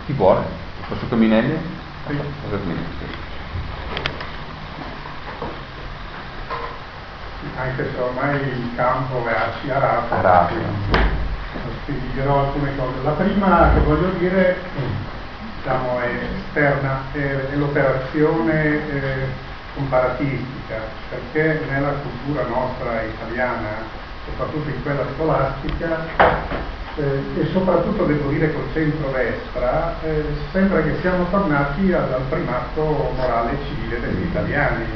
Chi vuole? Posso Caminelli? Sì. Anche se ormai il campo è acciarato, spiegherò alcune cose. La prima che voglio dire, diciamo, è esterna, è l'operazione comparatistica, perché nella cultura nostra italiana, soprattutto in quella scolastica, e soprattutto devo dire col centro-destra, sembra che siamo tornati al primato morale e civile degli italiani.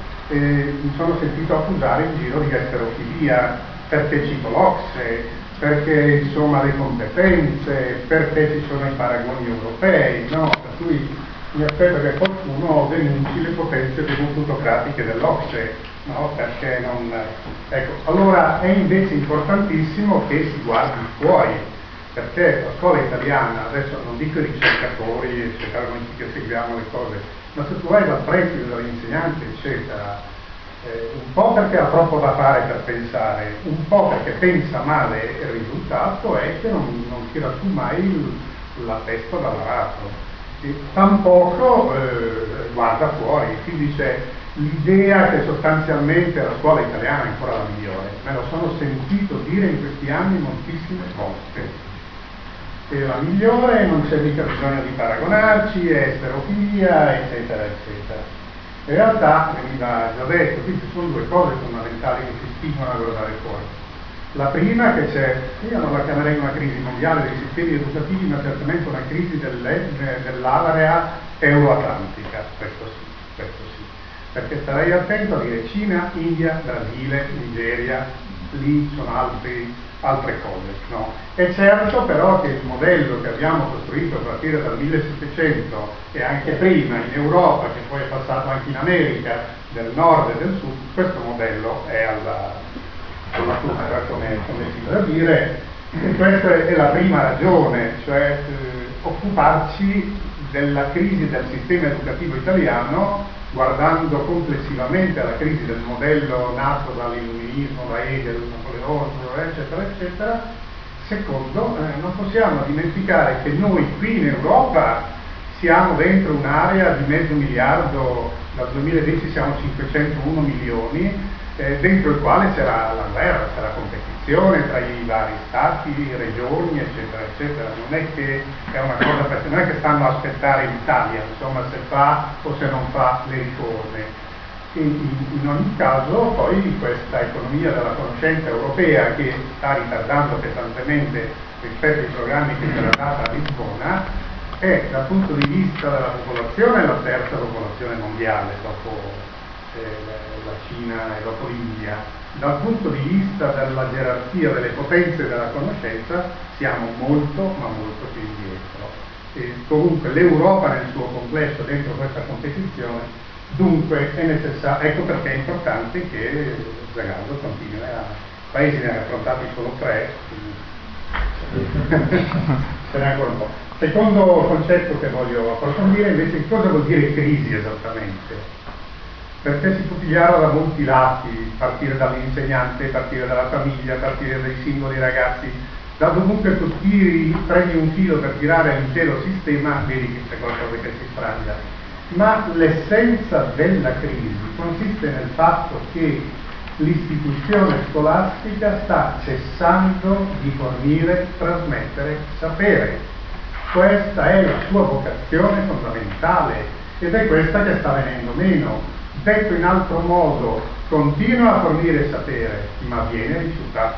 Mi sono sentito accusare in giro di eterofilia, perché cito l'Ocse, perché insomma le competenze, perché ci sono i paragoni europei, no? Per cui mi aspetto che qualcuno denunci le potenze plutocratiche dell'Ocse, no? Perché non... Ecco, allora è invece importantissimo che si guardi fuori, perché la scuola italiana, adesso non dico i ricercatori, eccetera, non che seguiamo le cose, ma se tu vai dal preside, dall'insegnante, eccetera, un po' perché ha troppo da fare per pensare, un po' perché pensa male, il risultato è che non tira su mai la testa dall'aratro. E tampoco guarda fuori, quindi c'è l'idea che sostanzialmente la scuola italiana è ancora la migliore. Me lo sono sentito dire in questi anni moltissime volte. È la migliore, non c'è mica bisogno di paragonarci, è esterofilia, eccetera, eccetera. In realtà, veniva già detto, qui ci sono due cose fondamentali che si spingono a guardare fuori. La prima che c'è, io non la chiamerei una crisi mondiale dei sistemi educativi, ma certamente una crisi dell'area euroatlantica, questo sì. Perché starei attento a dire Cina, India, Brasile, Nigeria, lì sono altre cose, no? È certo però che il modello che abbiamo costruito a partire dal 1700 e anche prima in Europa, che poi è passato anche in America, del nord e del sud, questo modello è alla frutta, come si deve dire, e questa è la prima ragione, cioè occuparci della crisi del sistema educativo italiano guardando complessivamente alla crisi del modello nato dall'illuminismo, da Hegel, Napoleone, eccetera, eccetera. Secondo, non possiamo dimenticare che noi qui in Europa siamo dentro un'area di 500 miliardi, dal 2010 siamo 501 milioni, dentro il quale c'era la guerra, c'era la competizione tra i vari stati, regioni, eccetera, eccetera. Non è che è una cosa, non è che stanno a aspettare l'Italia, insomma, se fa o se non fa le riforme. In ogni caso, poi questa economia della conoscenza europea, che sta ritardando pesantemente rispetto ai programmi che c'era data a Lisbona, è dal punto di vista della popolazione la terza popolazione mondiale dopo la Cina e dopo l'India. Dal punto di vista della gerarchia delle potenze della conoscenza siamo molto ma molto più indietro. E comunque l'Europa nel suo complesso dentro questa competizione, dunque è necessario, ecco perché è importante che Zagato continui paesi ne ha affrontati solo 3, ce n'è ancora un po'. Secondo concetto che voglio approfondire invece, cosa vuol dire crisi esattamente? Perché si può pigliare da molti lati, partire dall'insegnante, partire dalla famiglia, partire dai singoli ragazzi, da dovunque tu prendi un filo per tirare l'intero sistema, vedi che c'è qualcosa che si sfraglia. Ma l'essenza della crisi consiste nel fatto che l'istituzione scolastica sta cessando di fornire, trasmettere sapere. Questa è la sua vocazione fondamentale ed è questa che sta venendo meno. Detto in altro modo, continua a fornire sapere, ma viene rifiutato.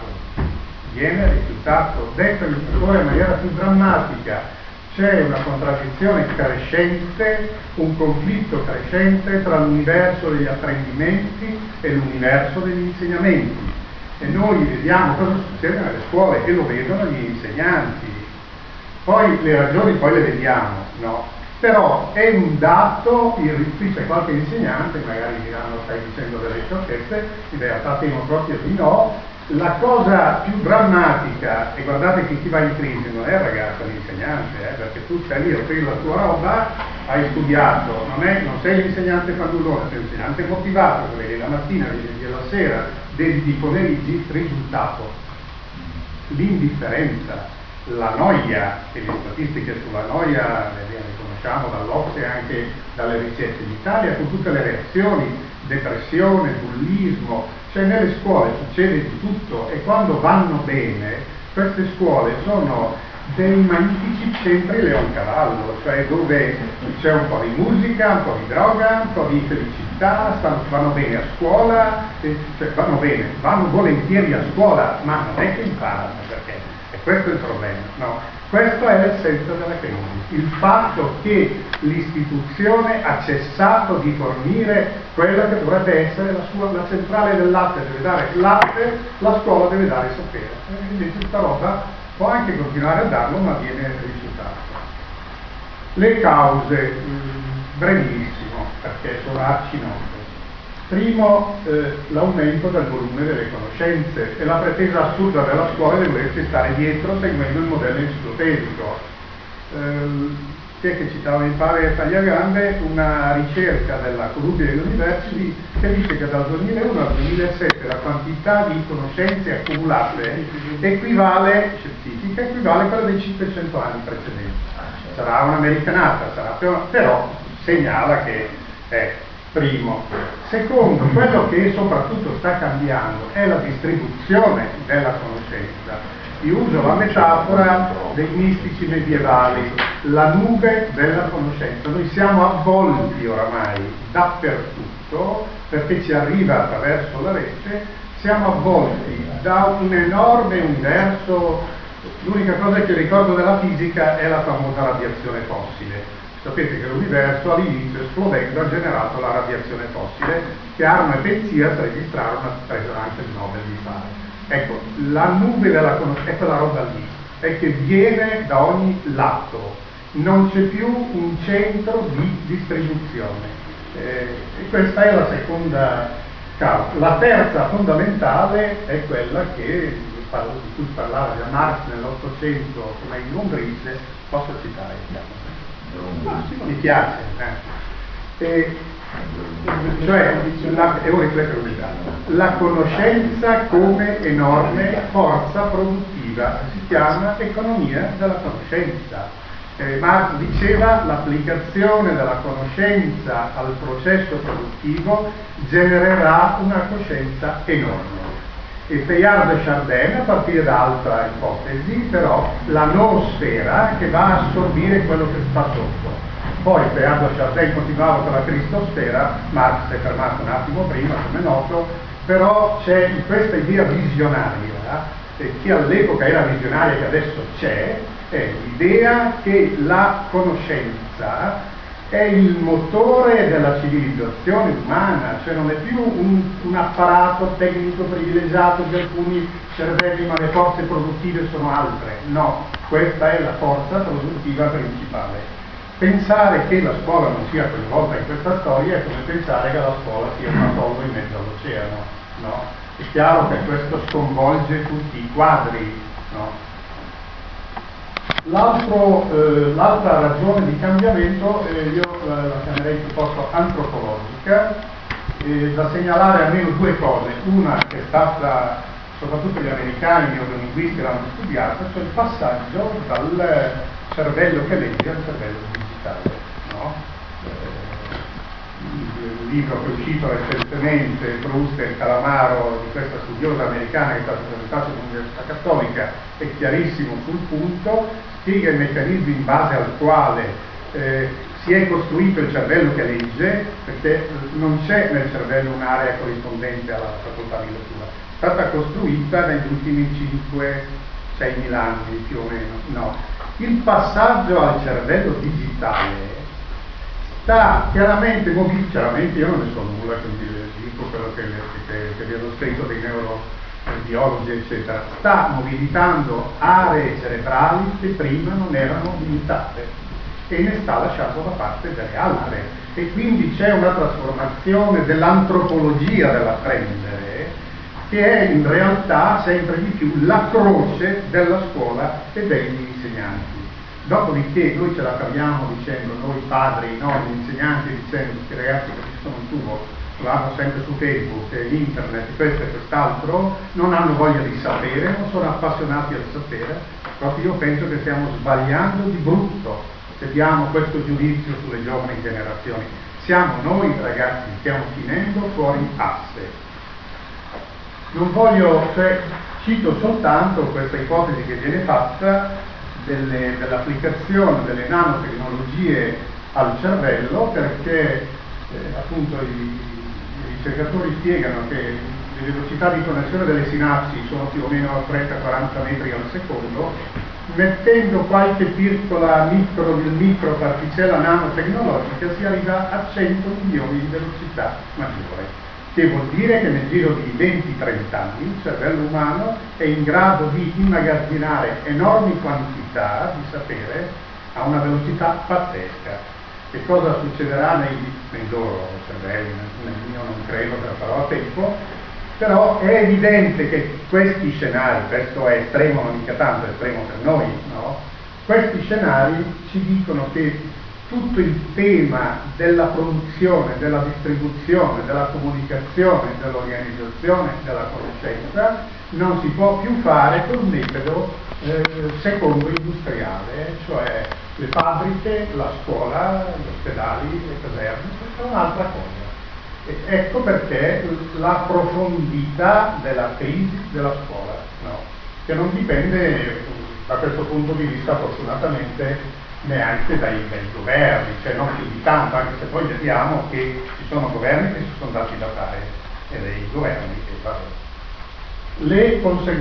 Detto in maniera più drammatica, c'è una contraddizione crescente, un conflitto crescente tra l'universo degli apprendimenti e l'universo degli insegnamenti. E noi vediamo cosa succede nelle scuole e lo vedono gli insegnanti. Poi le ragioni poi le vediamo, no? Però è un dato, qui c'è qualche insegnante, magari diranno stai dicendo delle sciocchezze, in realtà temo proprio di no. La cosa più drammatica, e guardate che chi va in crisi non è il ragazzo, è l'insegnante, perché tu stai lì a offrire la tua roba, hai studiato, non sei l'insegnante fannullone, sei l'insegnante motivato, che vedi la mattina, vedi la sera, dedichi i pomeriggi, risultato, l'indifferenza. la noia, e le statistiche sulla noia le conosciamo dall'Ocse e anche dalle ricerche in Italia, con tutte le reazioni, depressione, bullismo, cioè nelle scuole succede di tutto, e quando vanno bene queste scuole sono dei magnifici centri leoncavallo, cioè dove c'è un po' di musica, un po' di droga, un po' di felicità, vanno bene a scuola, cioè vanno bene, vanno volentieri a scuola, ma non è che imparano, perché è questo il problema, no? Questo è l'essenza della crisi, il fatto che l'istituzione ha cessato di fornire quella che dovrebbe essere la centrale del latte, deve dare latte, la scuola deve dare sapere, e invece questa roba può anche continuare a darlo, ma viene rifiutato. Le cause, brevissimo, perché sono arci note. Primo, l'aumento del volume delle conoscenze e la pretesa assurda della scuola di volersi stare dietro seguendo il modello enciclopedico. Chi è che citava, mi pare, Tagliagrande, una ricerca della Columbia University che dice che dal 2001 al 2007 la quantità di conoscenze accumulate scientifica equivale a quella dei 500 anni precedenti. Sarà un'americanata, però segnala che è primo. Secondo, quello che soprattutto sta cambiando è la distribuzione della conoscenza. Io uso la metafora dei mistici medievali, la nube della conoscenza. Noi siamo avvolti oramai dappertutto, perché ci arriva attraverso la rete, siamo avvolti da un enorme universo. L'unica cosa che ricordo della fisica è la famosa radiazione fossile. Sapete che l'universo all'inizio, esplodendo, ha generato la radiazione fossile, che Arno e Penzias registrarono, presero anche il Nobel di fare. Ecco, la nube della conoscenza è quella roba lì, è che viene da ogni lato, non c'è più un centro di distribuzione. E questa è la seconda causa. La terza fondamentale è quella di cui parlava già Marx nell'Ottocento come in Londrese, posso citare? Mi piace. Cioè, la conoscenza come enorme forza produttiva, si chiama economia della conoscenza. Marx diceva l'applicazione della conoscenza al processo produttivo genererà una coscienza enorme. E Teilhard de Chardin, a partire da altra ipotesi, però la noosfera che va a assorbire quello che sta sotto. Poi Teilhard de Chardin continuava con la cristosfera, Marx si è fermato un attimo prima, come è noto, però c'è questa idea visionaria, che all'epoca era visionaria e che adesso c'è, è l'idea che la conoscenza è il motore della civilizzazione umana, cioè non è più un apparato tecnico privilegiato di alcuni cervelli, ma le forze produttive sono altre. No, questa è la forza produttiva principale. Pensare che la scuola non sia coinvolta in questa storia è come pensare che la scuola sia un atollo in mezzo all'oceano, no? È chiaro che questo sconvolge tutti i quadri, no? L'altra ragione di cambiamento, io la chiamerei piuttosto antropologica, da segnalare almeno due cose. Una che è stata, soprattutto gli americani, i neurolinguisti l'hanno studiata, cioè il passaggio dal cervello che legge al cervello digitale, no? Il libro che è uscito recentemente, Proust e il calamaro, di questa studiosa americana che è stata presentata all'Università Cattolica, è chiarissimo sul punto, spiega i meccanismi in base al quale si è costruito il cervello che legge, perché non c'è nel cervello un'area corrispondente alla facoltà di lettura, è stata costruita negli ultimi 5-6 mila anni più o meno, no. Il passaggio al cervello digitale sta chiaramente io non ne so nulla, quindi dico quello che vi ho scritto dei neurobiologi eccetera, sta mobilitando aree cerebrali che prima non erano mobilitate e ne sta lasciando da parte delle altre, e quindi c'è una trasformazione dell'antropologia dell'apprendere che è in realtà sempre di più la croce della scuola e degli insegnanti. Dopodiché noi ce la caviamo dicendo, noi padri, no, gli insegnanti dicendo che ragazzi che ci sono un tubo, vanno sempre su Facebook, internet, questo e quest'altro, non hanno voglia di sapere, non sono appassionati al sapere, Proprio io penso che stiamo sbagliando di brutto se diamo questo giudizio sulle giovani generazioni. Siamo noi ragazzi, stiamo finendo fuori asse. Non voglio, cito soltanto questa ipotesi che viene fatta dell'applicazione delle nanotecnologie al cervello, perché appunto i ricercatori spiegano che le velocità di connessione delle sinapsi sono più o meno a 30-40 metri al secondo, mettendo qualche piccola microparticella nanotecnologica si arriva a 100 milioni di velocità maggiore, che vuol dire che nel giro di 20-30 anni il cervello umano è in grado di immagazzinare enormi quantità di sapere a una velocità pazzesca. Che cosa succederà nei loro cervelli, nel mio non credo che farò a tempo, però è evidente che questi scenari, questo è estremo, non mica tanto estremo per noi, no? Questi scenari ci dicono che tutto il tema della produzione, della distribuzione, della comunicazione, dell'organizzazione, della conoscenza non si può più fare con un metodo secondo industriale, cioè le fabbriche, la scuola, gli ospedali, le caserme, questa è un'altra cosa. E ecco perché la profondità della crisi della scuola, no? Che non dipende da questo punto di vista fortunatamente neanche dai governi, cioè non più di tanto, anche se poi vediamo che ci sono governi che si sono dati da fare e dei governi che fanno. Le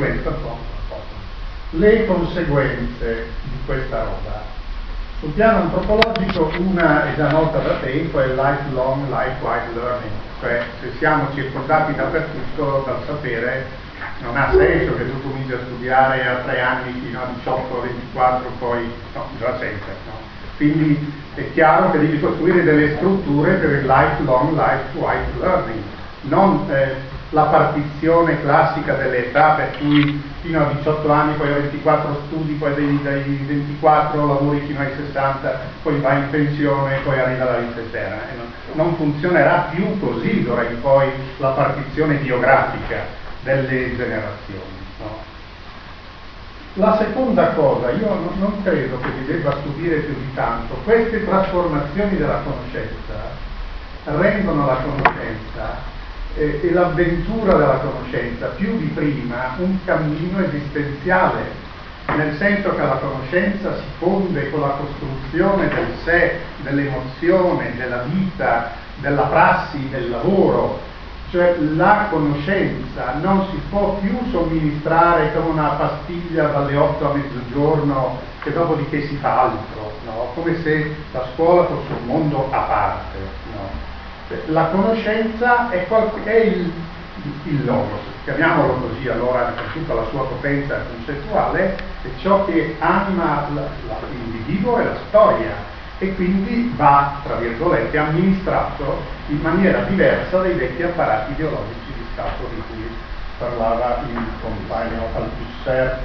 conseguenze di questa roba. Sul piano antropologico una è già nota da tempo, è lifelong lifelike learning, cioè se siamo circondati dappertutto dal sapere non ha senso che tu cominci a studiare a 3 anni fino a 18, 24, poi no, già sempre, no. Quindi è chiaro che devi costruire delle strutture per il lifelong lifelike learning, non la partizione classica delle età per cui fino a 18 anni, poi a 24 studi, poi dai 24 lavori fino ai 60, poi vai in pensione, poi arriva la vita eterna. Non funzionerà più così d'ora in poi la partizione biografica delle generazioni. No? La seconda cosa, io non credo che si debba stupire più di tanto, queste trasformazioni della conoscenza rendono la conoscenza e l'avventura della conoscenza più di prima un cammino esistenziale, nel senso che la conoscenza si fonde con la costruzione del sé, dell'emozione, della vita, della prassi, del lavoro, cioè la conoscenza non si può più somministrare come una pastiglia dalle 8 a mezzogiorno e dopodiché si fa altro, no? Come se la scuola fosse un mondo a parte, no? La conoscenza è il logos, chiamiamolo così allora con tutta la sua potenza concettuale, è ciò che anima l'individuo e la storia e quindi va, tra virgolette, amministrato in maniera diversa dai vecchi apparati ideologici di Stato di cui parlava il compagno Althusser.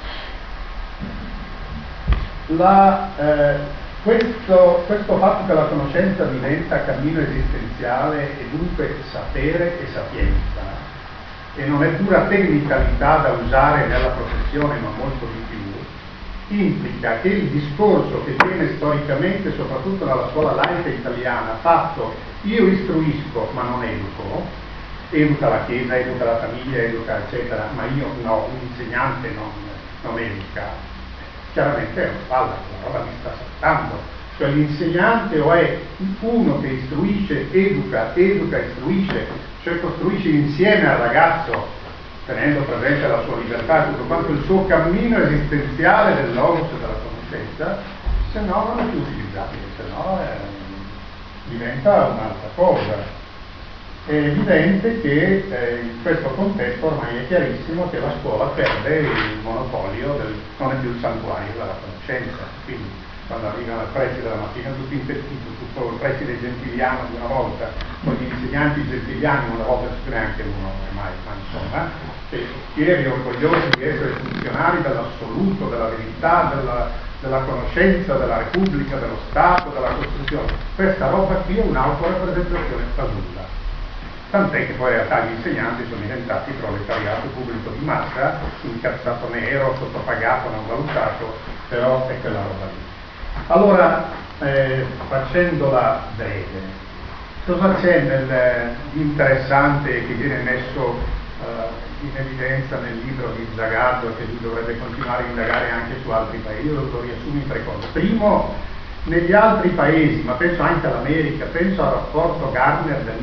Questo fatto che la conoscenza diventa cammino esistenziale e dunque sapere e sapienza, e non è pura tecnicalità da usare nella professione ma molto di più, implica che il discorso che viene storicamente, soprattutto nella scuola laica italiana, fatto io istruisco ma non educa la Chiesa, educa la famiglia, educa eccetera, ma io no, un insegnante non educa, chiaramente è una falla, la roba mi sta saltando, cioè l'insegnante o è uno che istruisce, educa, istruisce, cioè costruisce insieme al ragazzo, tenendo presente la sua libertà e tutto quanto il suo cammino esistenziale del logos e della conoscenza, se no non è più utilizzabile, se no diventa un'altra cosa. È evidente che in questo contesto ormai è chiarissimo che la scuola perde il monopolio non è più il santuario della conoscenza, quindi quando arrivano al preside della mattina tutto impettito, tutto il preside gentiliano di una volta, poi gli insegnanti gentiliani una volta non c'è neanche uno ormai, ma insomma, fieri e orgogliosi di essere funzionari dell'assoluto, della verità, della conoscenza, della Repubblica, dello Stato, della Costituzione. Questa roba qui è un'autorappresentazione fasulla. tant'è che poi in realtà gli insegnanti sono diventati proletariato pubblico di massa, incazzato nero, sottopagato, non valutato, però è quella roba lì. Allora, facendola breve, cosa c'è di interessante che viene messo in evidenza nel libro di Zagato, che lui dovrebbe continuare a indagare anche su altri paesi? Io lo riassumo in tre cose. Primo, negli altri paesi, ma penso anche all'America, penso al rapporto Gardner del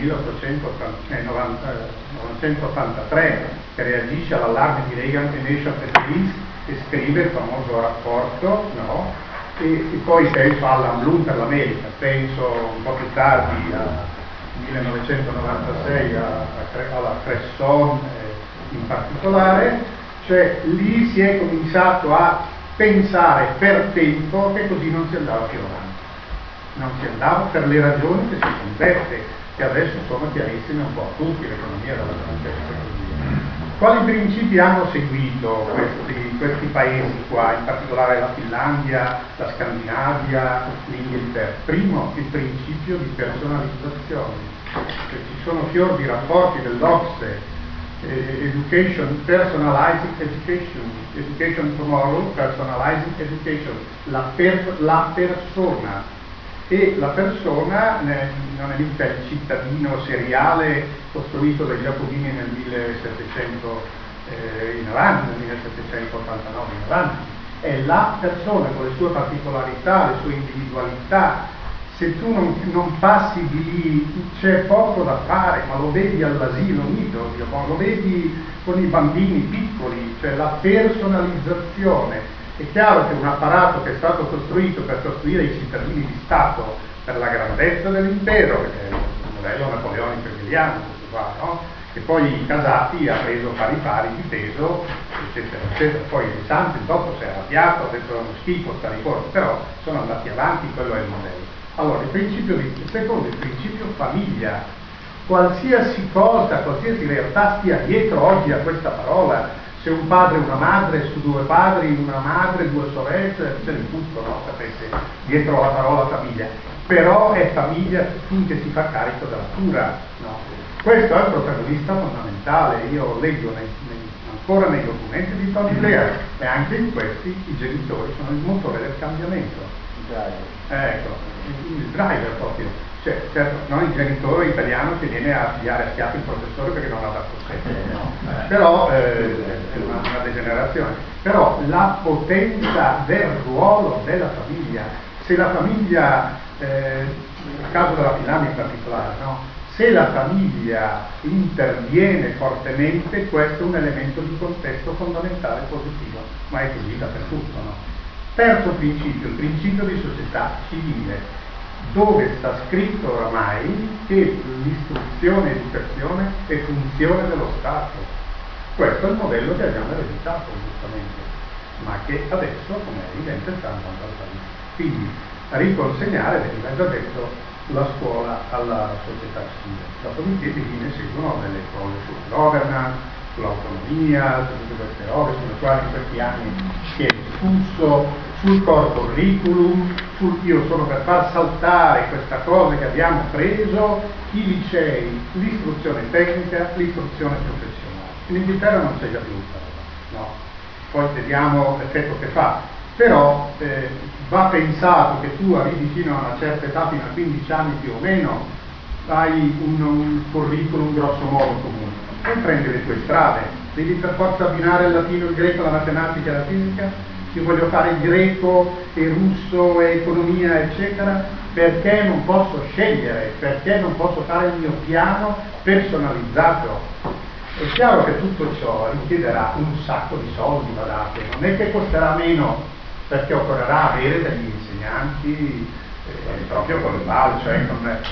1983, che reagisce all'allarme di Reagan e Nation at Peace, e scrive il famoso rapporto, no? E poi penso all'Alan Bloom per l'America, penso un po' più tardi a 1996 alla Cresson in particolare, cioè lì si è cominciato a pensare per tempo che così non si andava più avanti, non si andava per le ragioni che si sono dette, che adesso sono chiarissime un po' a tutti, l'economia della grandezza e così via. Quali principi hanno seguito questi paesi qua, in particolare la Finlandia, la Scandinavia, l'Inghilterra? Primo, il principio di personalizzazione. Ci sono fior di rapporti dell'Ocse, education, personalizing education, education tomorrow, personalizing education, la persona. E la persona non è mica il cittadino seriale costruito dai Giacobini nel 1700 in avanti, nel 1789 in avanti, è la persona con le sue particolarità, le sue individualità. Se tu non passi di lì c'è poco da fare, ma lo vedi all'asilo nido, lo vedi con i bambini piccoli, cioè la personalizzazione. È chiaro che un apparato che è stato costruito per costruire i cittadini di Stato per la grandezza dell'impero, che è il modello napoleonico hegeliano, questo qua, no? Che poi i casati ha preso pari pari di peso, eccetera, eccetera. Poi il Santi dopo si è arrabbiato, ha detto uno schifo sta riforma, però sono andati avanti, quello è il modello. Allora, secondo il principio famiglia, qualsiasi cosa, qualsiasi realtà stia dietro oggi a questa parola, se un padre e una madre, su due padri, una madre, due sorelle, c'è il tutto, no? Sapete, dietro la parola famiglia. Però è famiglia finché si fa carico della cura, no? Questo è il protagonista fondamentale. Io leggo ancora nei documenti di Tony Blair, e anche in questi i genitori sono il motore del cambiamento. Ecco, il driver proprio. Cioè, certo, non il genitore italiano che viene a pigliare a schiaffi il professore perché non ha dato sempre, no? Però è una degenerazione. Però la potenza del ruolo della famiglia, se la famiglia, nel caso della Finlandia in particolare, no? Se la famiglia interviene fortemente, questo è un elemento di contesto fondamentale positivo, ma è così dappertutto, no? Terzo principio, il principio di società civile, dove sta scritto oramai che l'istruzione e l'educazione è funzione dello Stato. Questo è il modello che abbiamo ereditato, giustamente, ma che adesso, come è evidente, sta andando al paese. Quindi riconsegnare, veniva già detto, la scuola alla società civile. Dopodiché ne seguono delle cose sulla governance, sull'autonomia, su tutte queste robe sulle quali in questi anni si è discusso, sul core curriculum, io sono per far saltare questa cosa che abbiamo preso, i licei, l'istruzione tecnica, l'istruzione professionale. In Inghilterra non c'è già più questa roba, no? Poi vediamo l'effetto che fa, però va pensato che tu arrivi fino a una certa età, fino a 15 anni più o meno, hai un curriculum grosso modo comune, e prendi le tue strade, devi per forza abbinare il latino, il greco, la matematica e la fisica. Io voglio fare il greco e russo e economia eccetera, perché non posso scegliere, perché non posso fare il mio piano personalizzato. È chiaro che tutto ciò richiederà un sacco di soldi, badate, non è che costerà meno, perché occorrerà avere degli insegnanti proprio con le balle, cioè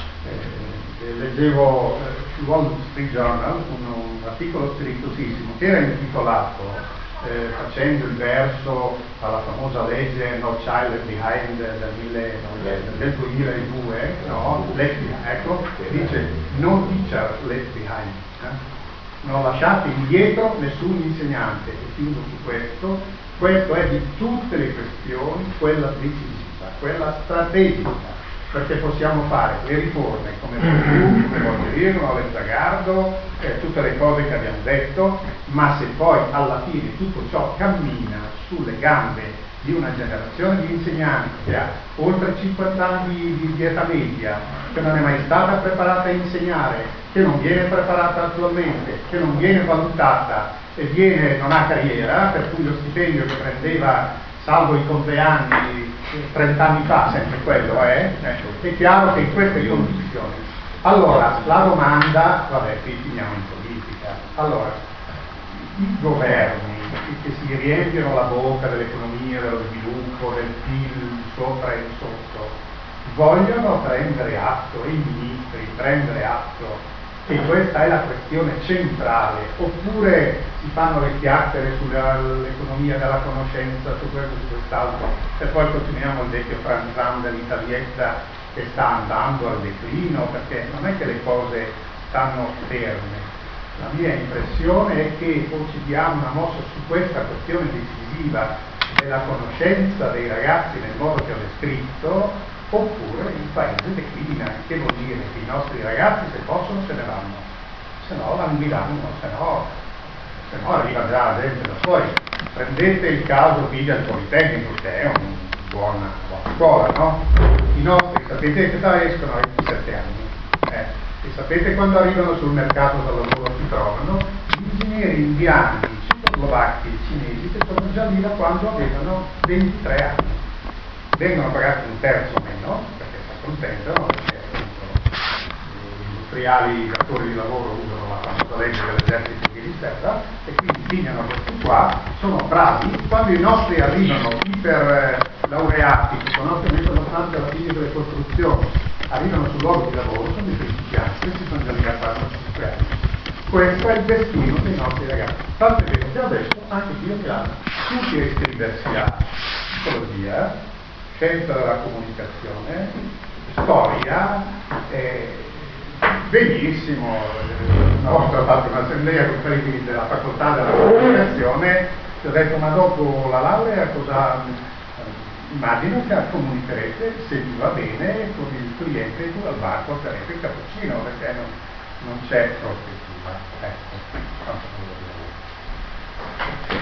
leggevo sul Wall Street Journal un articolo spiritosissimo che era intitolato facendo il verso alla famosa legge No Child Left Behind del 2002, no? Ecco, dice No Teacher Left Behind, non lasciate indietro nessun insegnante. E chiudo su questo è di tutte le questioni quella decisività, quella strategica, perché possiamo fare le riforme come voglio dire, l'Enzagardo, tutte le cose che abbiamo detto, ma se poi alla fine tutto ciò cammina sulle gambe di una generazione di insegnanti che ha oltre 50 anni di età media, che non è mai stata preparata a insegnare, che non viene preparata attualmente, che non viene valutata e non ha carriera, per cui lo stipendio che prendeva, salvo i compleanni 30 anni fa, sempre quello è chiaro che in queste condizioni. Allora, la domanda, vabbè, qui finiamo in politica, allora, i governi che si riempiono la bocca dell'economia, dello sviluppo, del PIL sopra e sotto, vogliono prendere atto, e i ministri prendere atto che questa è la questione centrale, oppure si fanno le chiacchiere sull'economia della conoscenza, su questo e su quest'altro, e poi continuiamo il vecchio franzam dell'Italietta che sta andando al declino, perché non è che le cose stanno ferme. La mia impressione è che o ci diamo una mossa su questa questione decisiva della conoscenza dei ragazzi nel modo che ho descritto, oppure il paese declina, che vuol dire che i nostri ragazzi se possono se ne vanno, se no languiranno, se no arriva già la gente da fuori. Prendete il caso qui del Politecnico, che è una buona scuola, no? I nostri, sapete che età escono? A 27 anni. E sapete quando arrivano sul mercato del lavoro si trovano gli ingegneri indiani, cecoslovacchi, cinesi, che sono già lì da quando avevano 23 anni. Vengono pagati un terzo meno, perché si accontentano, perché gli industriali, i datori di lavoro usano la famosa legge dell'esercito di riserva, e quindi pigliano questi qua, sono bravi. Quando i nostri arrivano iper laureati, che conoscono abbastanza la fisica delle costruzioni, arrivano sul luogo di lavoro, sono dei principianti, questi sono già lì a 4-5 anni. Questo è il destino dei nostri ragazzi. Tanto è vero che adesso anche qui a Milano tutti a iscriversi a psicologia, scienza della comunicazione, storia, benissimo. Una volta ho fatto un'assemblea con quelli della facoltà della comunicazione, ti ho detto ma dopo la laurea cosa... Immagino che comunicherete, se vi va bene, con il cliente tu al bar porterete il cappuccino, perché non c'è prospettiva. Ecco,